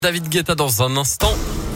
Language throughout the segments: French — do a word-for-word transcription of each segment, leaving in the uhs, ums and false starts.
David Guetta dans un instant.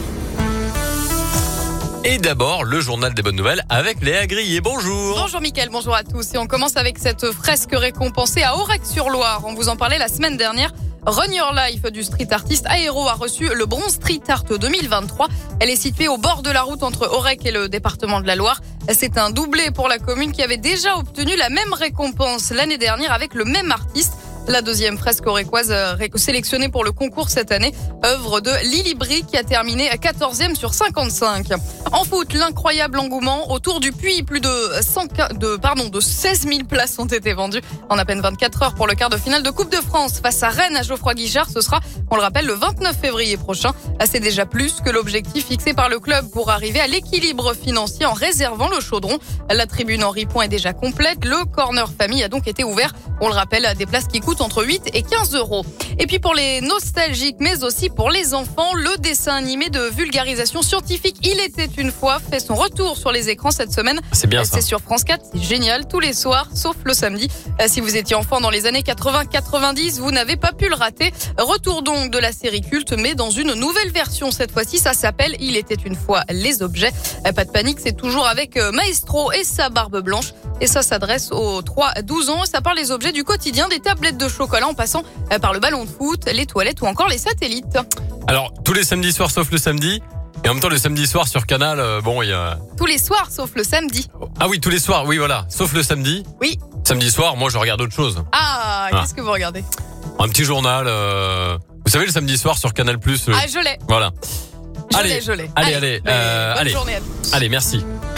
Et d'abord, le journal des bonnes nouvelles avec Léa Grillet. Bonjour. Bonjour Mickaël, bonjour à tous. Et on commence avec cette fresque récompensée à Aurec-sur-Loire. On vous en parlait la semaine dernière. Run Your Life du street artiste Aéro a reçu le Bronze Street Art deux mille vingt-trois. Elle est située au bord de la route entre Aurec et le département de la Loire. C'est un doublé pour la commune qui avait déjà obtenu la même récompense l'année dernière avec le même artiste. La deuxième fresque aurécoise sélectionnée pour le concours cette année, œuvre de Lily Brie qui a terminé quatorzième sur cinquante-cinq. En foot, l'incroyable engouement autour du Puy. Plus de, cent, de, pardon, de seize mille places ont été vendues en à peine vingt-quatre heures pour le quart de finale de Coupe de France face à Rennes à Geoffroy Guichard. Ce sera, on le rappelle, le vingt-neuf février prochain. C'est déjà plus que l'objectif fixé par le club pour arriver à l'équilibre financier en réservant le chaudron. La tribune Henri Point est déjà complète. Le corner famille a donc été ouvert. On le rappelle, des places qui coûtent entre huit et quinze euros. Et puis pour les nostalgiques, mais aussi pour les enfants, le dessin animé de vulgarisation scientifique Il était une fois fait son retour sur les écrans cette semaine. C'est bien ça. C'est sur France quatre, c'est génial, tous les soirs, sauf le samedi. Si vous étiez enfant dans les années quatre-vingts quatre-vingt-dix, vous n'avez pas pu le rater. Retour donc de la série culte, mais dans une nouvelle version cette fois-ci. Ça s'appelle Il était une fois les objets. Pas de panique, c'est toujours avec Maestro et sa barbe blanche. Et ça s'adresse aux trois à douze ans. Ça parle des objets du quotidien, des tablettes de chocolat en passant par le ballon de foot, les toilettes ou encore les satellites. Alors, tous les samedis soirs sauf le samedi. Et en même temps, le samedi soir sur Canal, euh, bon, il y a... Tous les soirs sauf le samedi. Ah oui, tous les soirs, oui, voilà. Sauf le samedi. Oui. Samedi soir, moi, je regarde autre chose. Ah, Ah. qu'est-ce que vous regardez? Un petit journal. Euh... Vous savez, le samedi soir sur Canal plus. Le... Ah, je l'ai. Voilà. Je Allez, l'ai, je l'ai. allez, allez, mais euh, bonne allez. journée à tous. Allez, merci.